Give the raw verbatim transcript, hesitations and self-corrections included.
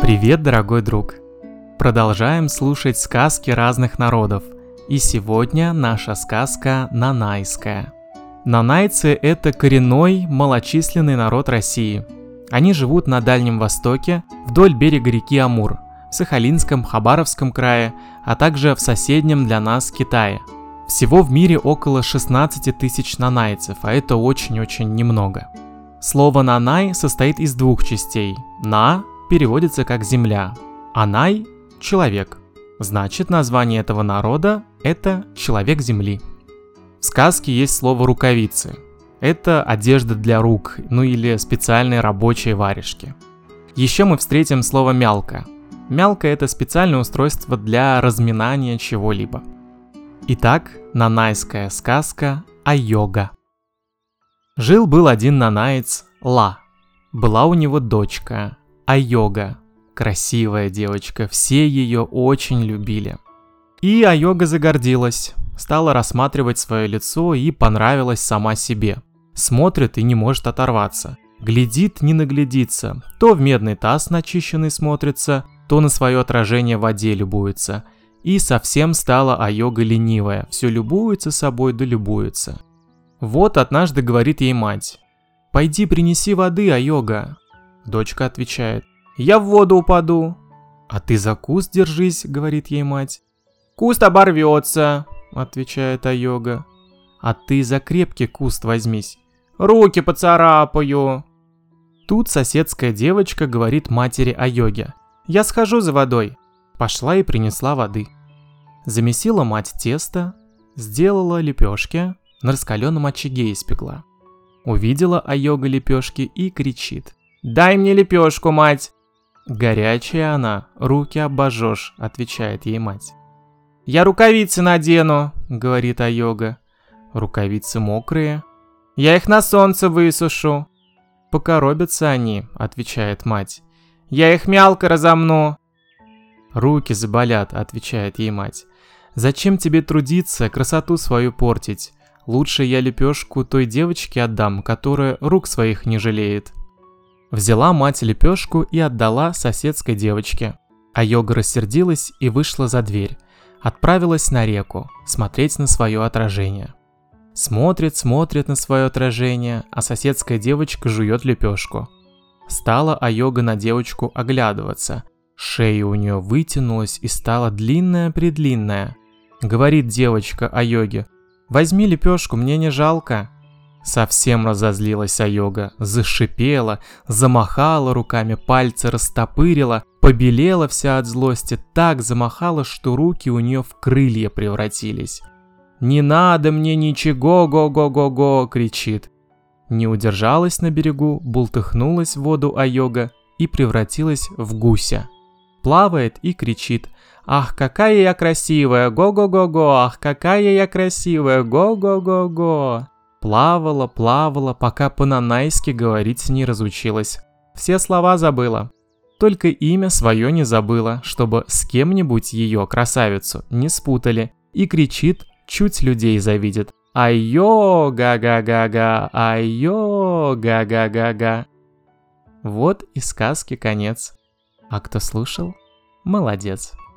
Привет, дорогой друг! Продолжаем слушать сказки разных народов, и сегодня наша сказка нанайская. Нанайцы – это коренной, малочисленный народ России. Они живут на Дальнем Востоке, вдоль берега реки Амур, в Сахалинском, Хабаровском крае, а также в соседнем для нас Китае. Всего в мире около шестнадцать тысяч нанайцев, а это очень-очень немного. Слово «нанай» состоит из двух частей. «На» переводится как «земля», а «най» – «человек». Значит, название этого народа – это «человек земли». В сказке есть слово «рукавицы». Это одежда для рук, ну или специальные рабочие варежки. Еще мы встретим слово «мялка». Мялка – это специальное устройство для разминания чего-либо. Итак, нанайская сказка Айога. Жил-был один нанаец Ла. Была у него дочка Айога. Красивая девочка, все ее очень любили. И Айога загордилась, стала рассматривать свое лицо и понравилась сама себе. Смотрит и не может оторваться. Глядит, не наглядится. То в медный таз начищенный смотрится, то на свое отражение в воде любуется. И совсем стала Айога ленивая, все любуется собой да любуется. Вот однажды говорит ей мать: «Пойди принеси воды, Айога». Дочка отвечает: «Я в воду упаду». «А ты за куст держись», — говорит ей мать. «Куст оборвется», — отвечает Айога. «А ты за крепкий куст возьмись». «Руки поцарапаю». Тут соседская девочка говорит матери Айоге: «Я схожу за водой». Пошла и принесла воды. Замесила мать тесто, сделала лепешки, на раскаленном очаге испекла. Увидела Айога лепешки и кричит: «Дай мне лепешку, мать!» «Горячая она, руки обожжешь», — отвечает ей мать. «Я рукавицы надену», — говорит Айога. «Рукавицы мокрые». «Я их на солнце высушу». «Покоробятся они», — отвечает мать. «Я их мялко разомну». «Руки заболят», — отвечает ей мать. «Зачем тебе трудиться, красоту свою портить? Лучше я лепешку той девочке отдам, которая рук своих не жалеет». Взяла мать лепешку и отдала соседской девочке. Айога рассердилась и вышла за дверь. Отправилась на реку, смотреть на свое отражение. Смотрит, смотрит на свое отражение, а соседская девочка жует лепешку. Стала Айога на девочку оглядываться. Шея у нее вытянулась и стала длинная-предлинная. Говорит девочка Айоге: «Возьми лепешку, мне не жалко». Совсем разозлилась Айога, зашипела, замахала руками, пальцы растопырила, побелела вся от злости, так замахала, что руки у нее в крылья превратились. «Не надо мне ничего, го-го-го-го!» — кричит. Не удержалась на берегу, бултыхнулась в воду Айога и превратилась в гуся. Плавает и кричит: «Ах, какая я красивая! Го-го-го-го! Ах, какая я красивая! Го-го-го-го!» Плавала, плавала, пока по-нанайски говорить не разучилась. Все слова забыла. Только имя свое не забыла, чтобы с кем-нибудь ее, красавицу, не спутали. И кричит, чуть людей завидит: «Айо, га-га-га-га! Айо, га-га-га-га!» Вот и сказки конец. А кто слушал, молодец.